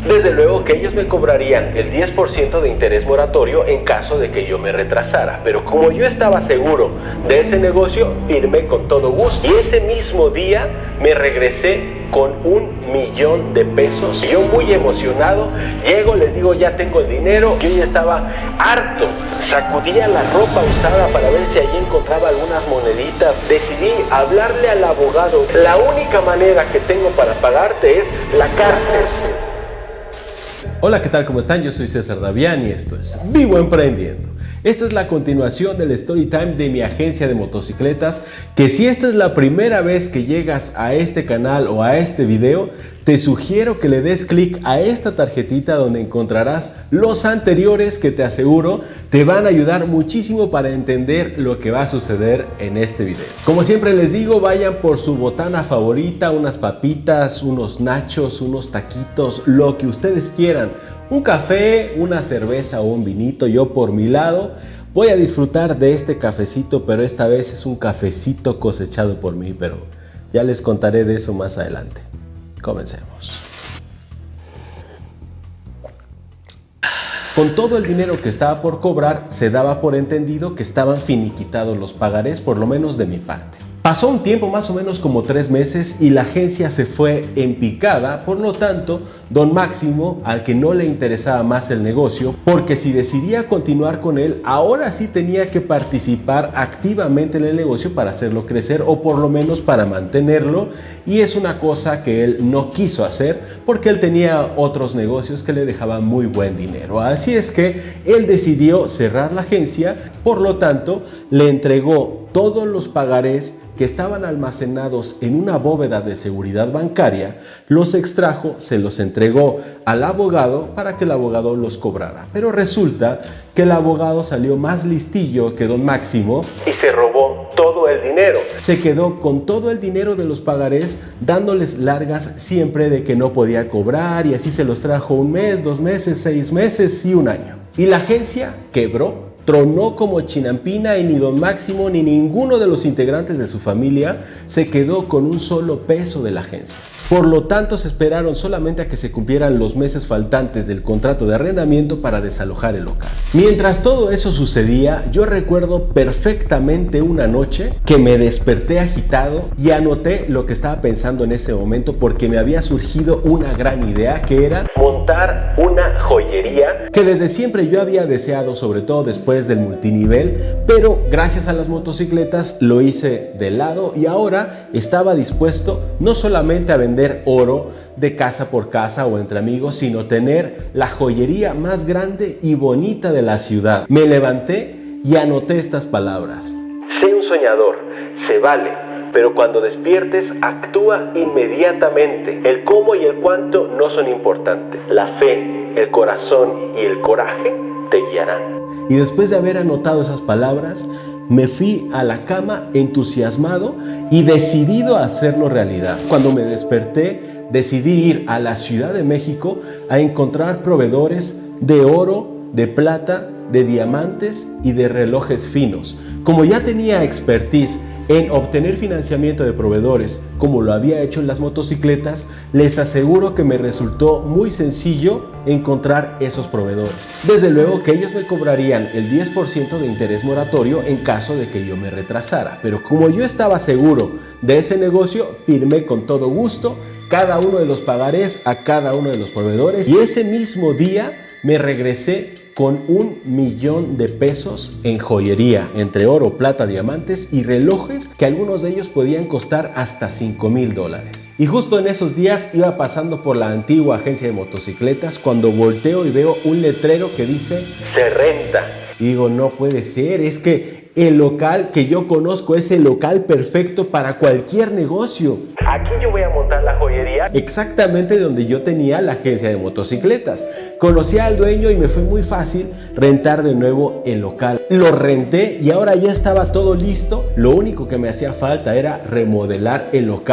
Desde luego que ellos me cobrarían el 10% de interés moratorio en caso de que yo me retrasara, pero como yo estaba seguro de ese negocio, firmé con todo gusto y ese mismo día me regresé con $1,000,000 de pesos. Yo muy emocionado, llego, les digo ya tengo el dinero, yo ya estaba harto, sacudía la ropa usada para ver si allí encontraba algunas moneditas, decidí hablarle al abogado, la única manera que tengo para pagarte es la cárcel. Hola, ¿qué tal? ¿Cómo están? Yo soy César Davián y esto es Vivo Emprendiendo. Esta es la continuación del story time de mi agencia de motocicletas, que si esta es la primera vez que llegas a este canal o a este video, te sugiero que le des clic a esta tarjetita donde encontrarás los anteriores que te aseguro te van a ayudar muchísimo para entender lo que va a suceder en este video. Como siempre les digo, vayan por su botana favorita, unas papitas, unos nachos, unos taquitos, lo que ustedes quieran. Un café, una cerveza o un vinito. Yo por mi lado voy a disfrutar de este cafecito, pero esta vez es un cafecito cosechado por mí, pero ya les contaré de eso más adelante. Comencemos. Con todo el dinero que estaba por cobrar, se daba por entendido que estaban finiquitados los pagarés, por lo menos de mi parte. Pasó un tiempo, más o menos como 3 meses, y la agencia se fue en picada. Por lo tanto, don Máximo, al que no le interesaba más el negocio, porque si decidía continuar con él, ahora sí tenía que participar activamente en el negocio para hacerlo crecer o por lo menos para mantenerlo, y es una cosa que él no quiso hacer porque él tenía otros negocios que le dejaban muy buen dinero. Así es que él decidió cerrar la agencia. Por lo tanto, le entregó todos los pagarés que estaban almacenados en una bóveda de seguridad bancaria, los extrajo, se los entregó al abogado para que el abogado los cobrara. Pero resulta que el abogado salió más listillo que don Máximo y se robó todo el dinero. Se quedó con todo el dinero de los pagarés, dándoles largas siempre de que no podía cobrar, y así se los trajo 1 mes, 2 meses, 6 meses y 1 año. Y la agencia quebró. Tronó como chinampina y ni don Máximo ni ninguno de los integrantes de su familia se quedó con un solo peso de la agencia. Por lo tanto, se esperaron solamente a que se cumplieran los meses faltantes del contrato de arrendamiento para desalojar el local. Mientras todo eso sucedía, yo recuerdo perfectamente una noche que me desperté agitado y anoté lo que estaba pensando en ese momento, porque me había surgido una gran idea, que era montar una joyería que desde siempre yo había deseado, sobre todo después del multinivel, pero gracias a las motocicletas lo hice de lado y ahora estaba dispuesto no solamente a vender oro de casa por casa o entre amigos, sino tener la joyería más grande y bonita de la ciudad. Me levanté y anoté estas palabras: sé un soñador, se vale, pero cuando despiertes actúa inmediatamente. El cómo y el cuánto no son importantes. La fe, el corazón y el coraje te guiarán. Y después de haber anotado esas palabras, me fui a la cama entusiasmado y decidido a hacerlo realidad. Cuando me desperté, decidí ir a la Ciudad de México a encontrar proveedores de oro, de plata, de diamantes y de relojes finos. Como ya tenía expertise en obtener financiamiento de proveedores, como lo había hecho en las motocicletas, les aseguro que me resultó muy sencillo encontrar esos proveedores. Desde luego que ellos me cobrarían el 10% de interés moratorio en caso de que yo me retrasara, pero como yo estaba seguro de ese negocio, firmé con todo gusto cada uno de los pagarés a cada uno de los proveedores, y ese mismo día me regresé con $1,000,000 de pesos en joyería, entre oro, plata, diamantes y relojes, que algunos de ellos podían costar hasta $5,000. Y justo en esos días iba pasando por la antigua agencia de motocicletas cuando volteo y veo un letrero que dice se renta. Y digo, no puede ser, es que el local que yo conozco es el local perfecto para cualquier negocio. Aquí yo voy a montar la joyería. Exactamente donde yo tenía la agencia de motocicletas. Conocí al dueño y me fue muy fácil rentar de nuevo el local. Lo renté y ahora ya estaba todo listo. Lo único que me hacía falta era remodelar el local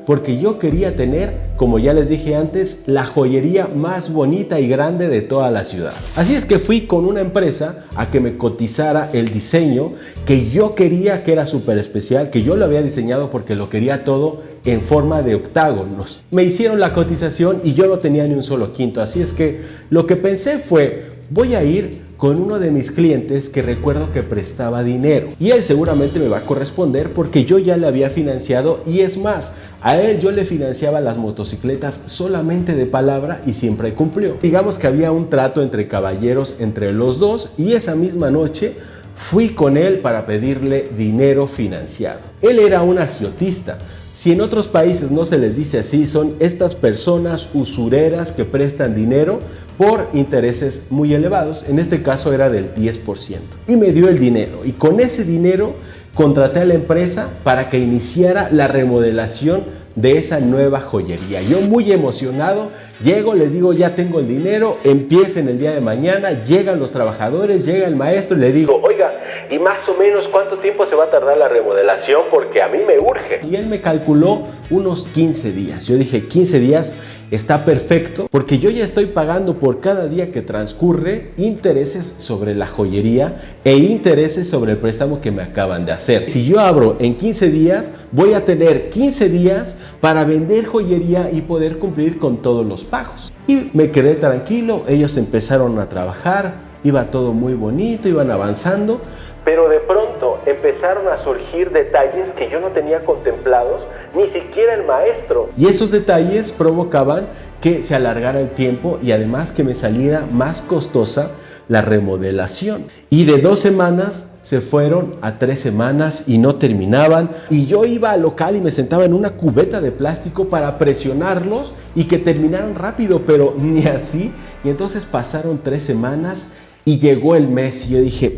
porque yo quería tener, como ya les dije antes, la joyería más bonita y grande de toda la ciudad. Así es que fui con una empresa a que me cotizara el diseño que yo quería, que era súper especial, que yo lo había diseñado porque lo quería todo en forma de octágonos. Me hicieron la cotización y yo no tenía ni un solo quinto, así es que lo que pensé fue, voy a ir con uno de mis clientes que recuerdo que prestaba dinero y él seguramente me va a corresponder porque yo ya le había financiado, y es más, a él yo le financiaba las motocicletas solamente de palabra y siempre cumplió. Digamos que había un trato entre caballeros entre los dos, y esa misma noche fui con él para pedirle dinero financiado. Él era un agiotista. Si en otros países no se les dice así, son estas personas usureras que prestan dinero por intereses muy elevados. En este caso era del 10%. Y me dio el dinero, y con ese dinero contraté a la empresa para que iniciara la remodelación de esa nueva joyería. Yo muy emocionado, llego, les digo, ya tengo el dinero, empiecen el día de mañana, llegan los trabajadores, llega el maestro y le digo, oiga, ¿y más o menos cuánto tiempo se va a tardar la remodelación? Porque a mí me urge. Y él me calculó unos 15 días. Yo dije, 15 días está perfecto, porque yo ya estoy pagando por cada día que transcurre intereses sobre la joyería e intereses sobre el préstamo que me acaban de hacer. Si yo abro en 15 días, voy a tener 15 días para vender joyería y poder cumplir con todos los pagos. Y me quedé tranquilo, ellos empezaron a trabajar, iba todo muy bonito, iban avanzando, pero de pronto empezaron a surgir detalles que yo no tenía contemplados, ni siquiera el maestro. Y esos detalles provocaban que se alargara el tiempo y además que me saliera más costosa la remodelación. Y de 2 semanas se fueron a 3 semanas y no terminaban. Y yo iba al local y me sentaba en una cubeta de plástico para presionarlos y que terminaran rápido, pero ni así. Y entonces pasaron 3 semanas y llegó el mes y yo dije,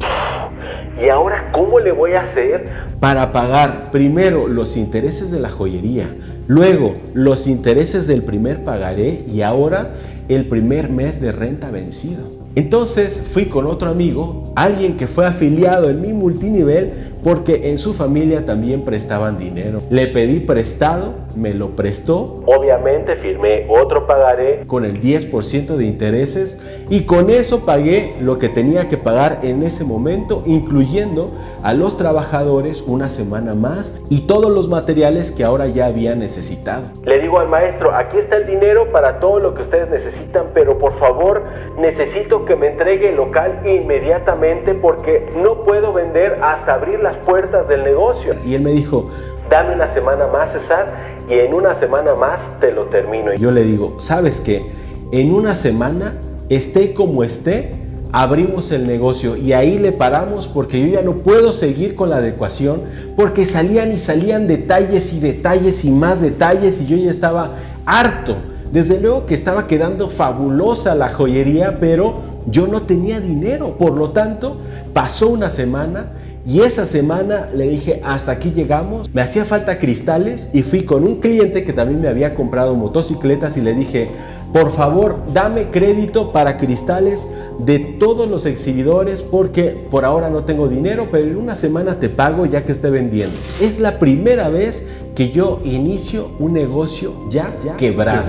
¿y ahora cómo le voy a hacer para pagar primero los intereses de la joyería, luego los intereses del primer pagaré y ahora el primer mes de renta vencido? Entonces fui con otro amigo, alguien que fue afiliado en mi multinivel, porque en su familia también prestaban dinero. Le pedí prestado, me lo prestó. Obviamente firmé otro pagaré con el 10% de intereses, y con eso pagué lo que tenía que pagar en ese momento, incluyendo a los trabajadores una semana más y todos los materiales que ahora ya había necesitado. Le digo al maestro, aquí está el dinero para todo lo que ustedes necesitan, pero por favor necesito que me entregue el local inmediatamente porque no puedo vender hasta abrir las puertas del negocio. Y él me dijo, dame una semana más, César, y en una semana más te lo termino. Yo le digo, ¿sabes qué? En una semana, esté como esté, abrimos el negocio y ahí le paramos porque yo ya no puedo seguir con la adecuación, porque salían y salían detalles y detalles y más detalles y yo ya estaba harto. Desde luego que estaba quedando fabulosa la joyería, pero yo no tenía dinero. Por lo tanto, pasó una semana y esa semana le dije, hasta aquí llegamos. Me hacía falta cristales y fui con un cliente que también me había comprado motocicletas y le dije, por favor, dame crédito para cristales de todos los exhibidores porque por ahora no tengo dinero, pero en una semana te pago ya que esté vendiendo. Es la primera vez que yo inicio un negocio ya quebrado.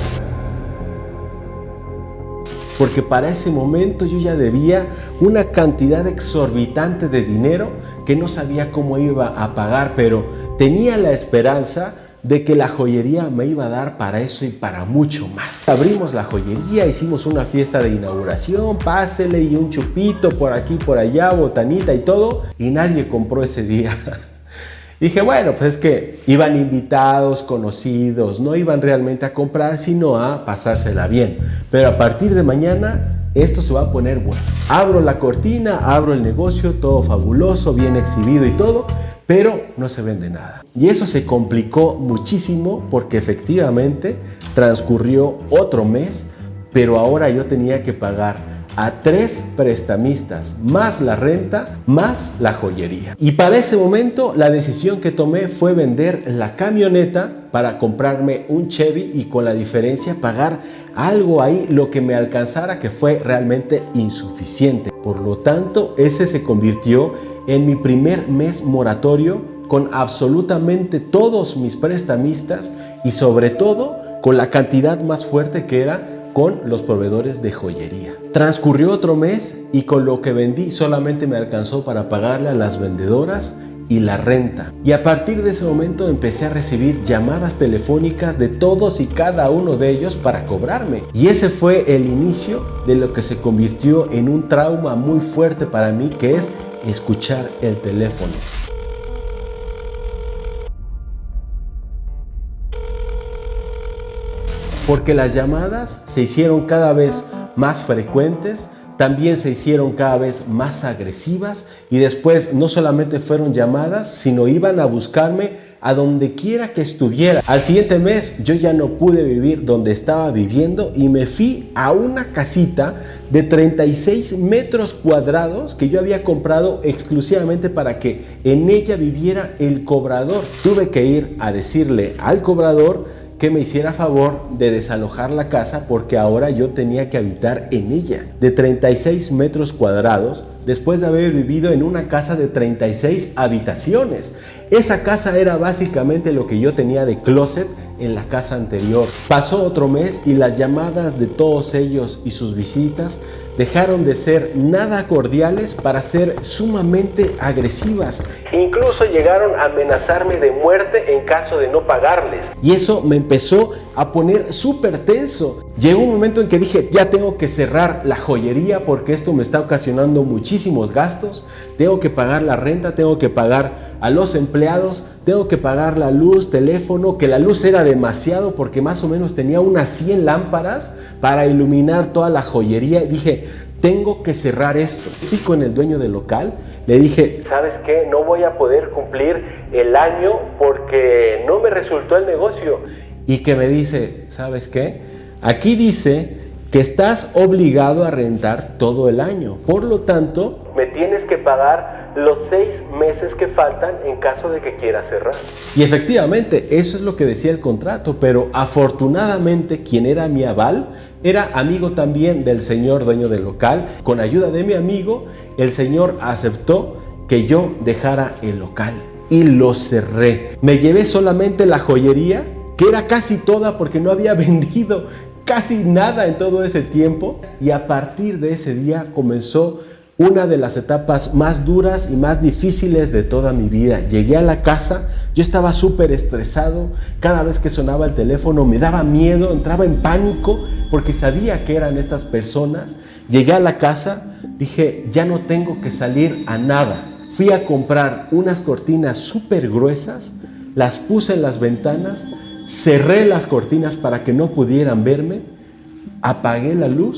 Porque para ese momento yo ya debía una cantidad exorbitante de dinero que no sabía cómo iba a pagar, pero tenía la esperanza de que la joyería me iba a dar para eso y para mucho más. Abrimos la joyería, hicimos una fiesta de inauguración, pásele y un chupito por aquí, por allá, botanita y todo, y nadie compró ese día. Dije, bueno, pues es que iban invitados, conocidos, no iban realmente a comprar, sino a pasársela bien. Pero a partir de mañana, esto se va a poner bueno. Abro la cortina, abro el negocio, todo fabuloso, bien exhibido y todo, pero no se vende nada. Y eso se complicó muchísimo porque efectivamente transcurrió otro mes, pero ahora yo tenía que pagar a 3 prestamistas, más la renta, más la joyería. Y para ese momento la decisión que tomé fue vender la camioneta para comprarme un Chevy y con la diferencia pagar algo ahí, lo que me alcanzara, que fue realmente insuficiente. Por lo tanto, ese se convirtió en mi primer mes moratorio con absolutamente todos mis prestamistas y sobre todo con la cantidad más fuerte que era con los proveedores de joyería. Transcurrió otro mes y con lo que vendí solamente me alcanzó para pagarle a las vendedoras y la renta. Y a partir de ese momento empecé a recibir llamadas telefónicas de todos y cada uno de ellos para cobrarme. Y ese fue el inicio de lo que se convirtió en un trauma muy fuerte para mí, que es escuchar el teléfono. Porque las llamadas se hicieron cada vez más frecuentes, también se hicieron cada vez más agresivas y después no solamente fueron llamadas, sino iban a buscarme a donde quiera que estuviera. Al siguiente mes yo ya no pude vivir donde estaba viviendo y me fui a una casita de 36 metros cuadrados que yo había comprado exclusivamente para que en ella viviera el cobrador. Tuve que ir a decirle al cobrador que me hiciera favor de desalojar la casa porque ahora yo tenía que habitar en ella, de 36 metros cuadrados, después de haber vivido en una casa de 36 habitaciones. Esa casa era básicamente lo que yo tenía de closet en la casa anterior. Pasó otro mes y las llamadas de todos ellos y sus visitas dejaron de ser nada cordiales para ser sumamente agresivas. Incluso llegaron a amenazarme de muerte en caso de no pagarles. Y eso me empezó a poner súper tenso. Llegó un momento en que dije, ya tengo que cerrar la joyería porque esto me está ocasionando muchísimos gastos. Tengo que pagar la renta, tengo que pagar a los empleados, tengo que pagar la luz, teléfono, que la luz era demasiado porque más o menos tenía unas 100 lámparas para iluminar toda la joyería. Y dije, tengo que cerrar esto. Fui con el dueño del local, le dije, ¿sabes qué? No voy a poder cumplir el año porque no me resultó el negocio. Y que me dice, ¿sabes qué? Aquí dice que estás obligado a rentar todo el año. Por lo tanto, me tienes que pagar los 6 meses que faltan en caso de que quieras cerrar. Y efectivamente, eso es lo que decía el contrato, pero afortunadamente quien era mi aval era amigo también del señor dueño del local. Con ayuda de mi amigo, el señor aceptó que yo dejara el local y lo cerré. Me llevé solamente la joyería, que era casi toda porque no había vendido casi nada en todo ese tiempo, y a partir de ese día comenzó una de las etapas más duras y más difíciles de toda mi vida. Llegué a la casa, yo estaba súper estresado, cada vez que sonaba el teléfono me daba miedo, entraba en pánico porque sabía que eran estas personas. Llegué a la casa, dije, ya no tengo que salir a nada. Fui a comprar unas cortinas súper gruesas, las puse en las ventanas, cerré las cortinas para que no pudieran verme, apagué la luz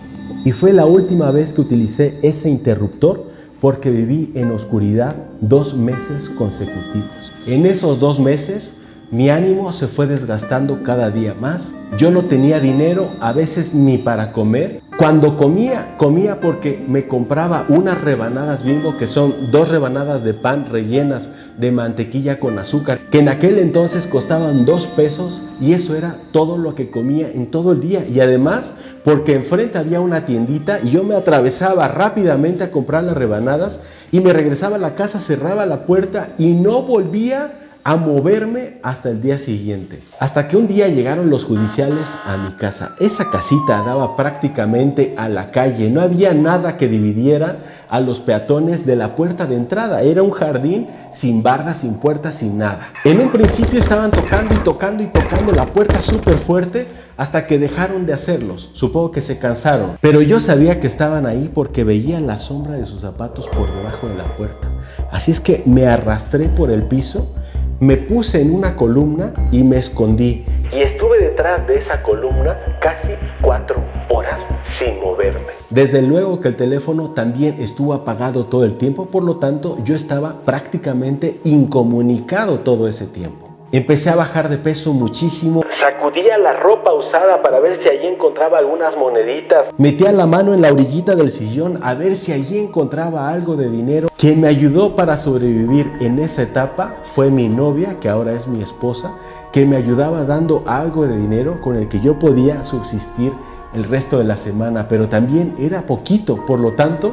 y fue la última vez que utilicé ese interruptor porque viví en oscuridad 2 meses consecutivos. En esos 2 meses mi ánimo se fue desgastando cada día más. Yo no tenía dinero a veces ni para comer. Cuando comía porque me compraba unas rebanadas Bimbo, que son 2 rebanadas de pan rellenas de mantequilla con azúcar, que en aquel entonces costaban 2 pesos, y eso era todo lo que comía en todo el día. Y además, porque enfrente había una tiendita y yo me atravesaba rápidamente a comprar las rebanadas y me regresaba a la casa, cerraba la puerta y no volvía a moverme hasta el día siguiente. Hasta que un día llegaron los judiciales a mi casa. Esa casita daba prácticamente a la calle. No había nada que dividiera a los peatones de la puerta de entrada. Era un jardín sin barda, sin puerta, sin nada. En un principio estaban tocando y tocando y tocando la puerta súper fuerte hasta que dejaron de hacerlos. Supongo que se cansaron. Pero yo sabía que estaban ahí porque veía la sombra de sus zapatos por debajo de la puerta. Así es que me arrastré por el piso, me puse en una columna y me escondí. Y estuve detrás de esa columna casi 4 horas sin moverme. Desde luego que el teléfono también estuvo apagado todo el tiempo, por lo tanto yo estaba prácticamente incomunicado todo ese tiempo. Empecé a bajar de peso muchísimo. Sacudía la ropa usada para ver si allí encontraba algunas moneditas. Metía la mano en la orillita del sillón a ver si allí encontraba algo de dinero. Quien me ayudó para sobrevivir en esa etapa fue mi novia, que ahora es mi esposa, que me ayudaba dando algo de dinero con el que yo podía subsistir el resto de la semana, pero también era poquito. Por lo tanto,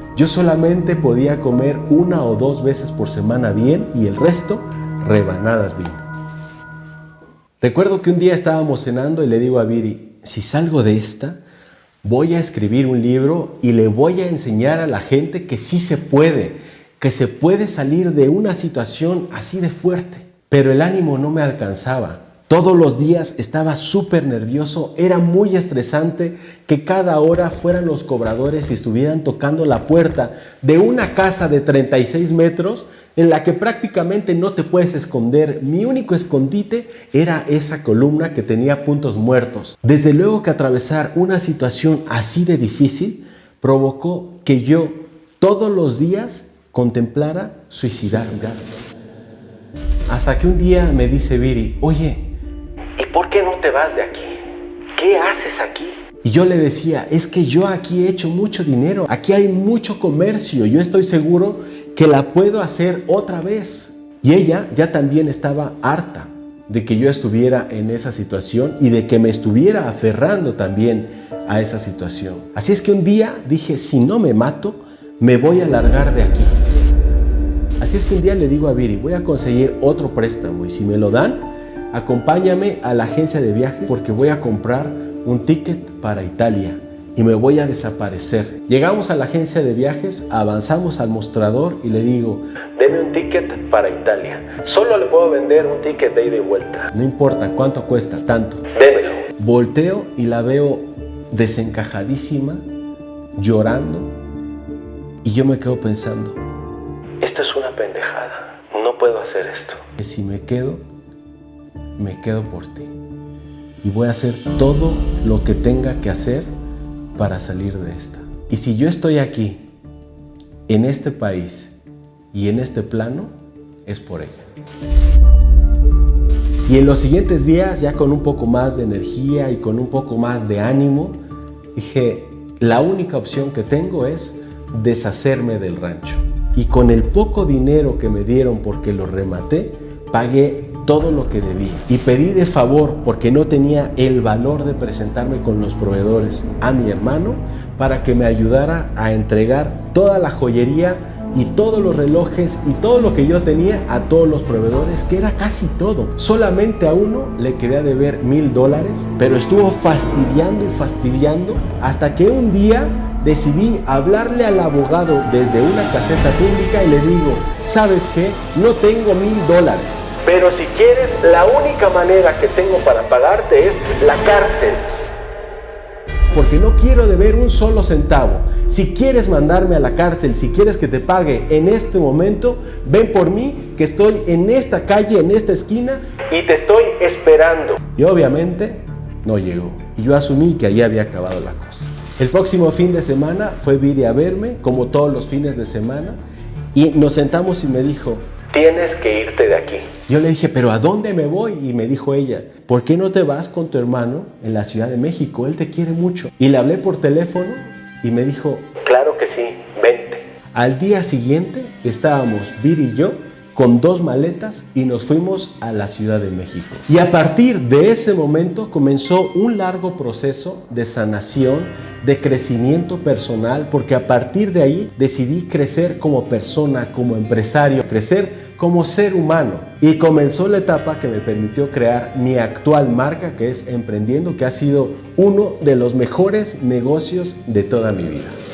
Yo solamente podía comer 1 o 2 veces por semana bien y el resto rebanadas bien. Recuerdo que un día estábamos cenando y le digo a Viri, si salgo de esta, voy a escribir un libro y le voy a enseñar a la gente que sí se puede salir de una situación así de fuerte. Pero el ánimo no me alcanzaba. Todos los días estaba súper nervioso, era muy estresante que cada hora fueran los cobradores y estuvieran tocando la puerta de una casa de 36 metros en la que prácticamente no te puedes esconder. Mi único escondite era esa columna que tenía puntos muertos. Desde luego que atravesar una situación así de difícil provocó que yo todos los días contemplara suicidarme. Hasta que un día me dice Viri, oye, ¿y por qué no te vas de aquí? ¿Qué haces aquí? y yo le decía, es que yo aquí he hecho mucho dinero, aquí hay mucho comercio, yo estoy seguro que la puedo hacer otra vez. Y ella ya también estaba harta de que yo estuviera en esa situación y de que me estuviera aferrando también a esa situación. Así es que un día dije, si no me mato, me voy a largar de aquí. Así es que un día le digo a Viri, voy a conseguir otro préstamo y si me lo dan, acompáñame a la agencia de viajes porque voy a comprar un ticket para Italia y me voy a desaparecer. Llegamos a la agencia de viajes, avanzamos al mostrador y le digo, deme un ticket para Italia. Solo le puedo vender un ticket de ida y vuelta. No importa, ¿cuánto cuesta? Tanto. Démelo. Volteo y la veo desencajadísima, llorando, y yo me quedo pensando, Esto es una pendejada. No puedo hacer esto. que si me quedo por ti. Y voy a hacer todo lo que tenga que hacer para salir de esta. Y si yo estoy aquí, en este país y en este plano, es por ella. Y en los siguientes días, ya con un poco más de energía y con un poco más de ánimo, dije, la única opción que tengo es deshacerme del rancho. Y con el poco dinero que me dieron porque lo rematé, pagué todo lo que debía. Y pedí de favor, porque no tenía el valor de presentarme con los proveedores, a mi hermano para que me ayudara a entregar toda la joyería y todos los relojes y todo lo que yo tenía a todos los proveedores, que era casi todo. Solamente a uno le quedé a deber $1,000, pero estuvo fastidiando y fastidiando hasta que un día decidí hablarle al abogado desde una caseta pública y le digo, ¿sabes qué? No tengo $1,000. Pero si quieres, la única manera que tengo para pagarte es la cárcel. Porque no quiero deber un solo centavo. Si quieres mandarme a la cárcel, si quieres que te pague en este momento, ven por mí, que estoy en esta calle, en esta esquina, Y te estoy esperando. y obviamente no llegó. Y yo asumí que allí había acabado la cosa. El próximo fin de semana fue Viri a verme, como todos los fines de semana, y nos sentamos y me dijo, Tienes que irte de aquí. yo le dije, ¿pero a dónde me voy? Y me dijo ella, ¿por qué no te vas con tu hermano en la Ciudad de México? Él te quiere mucho. Y le hablé por teléfono y me dijo, Claro que sí, vente. al día siguiente estábamos Viri y yo con 2 maletas y nos fuimos a la Ciudad de México. Y a partir de ese momento comenzó un largo proceso de sanación, de crecimiento personal, porque a partir de ahí decidí crecer como persona, como empresario, crecer como ser humano. Y comenzó la etapa que me permitió crear mi actual marca, que es Emprendiendo, que ha sido uno de los mejores negocios de toda mi vida.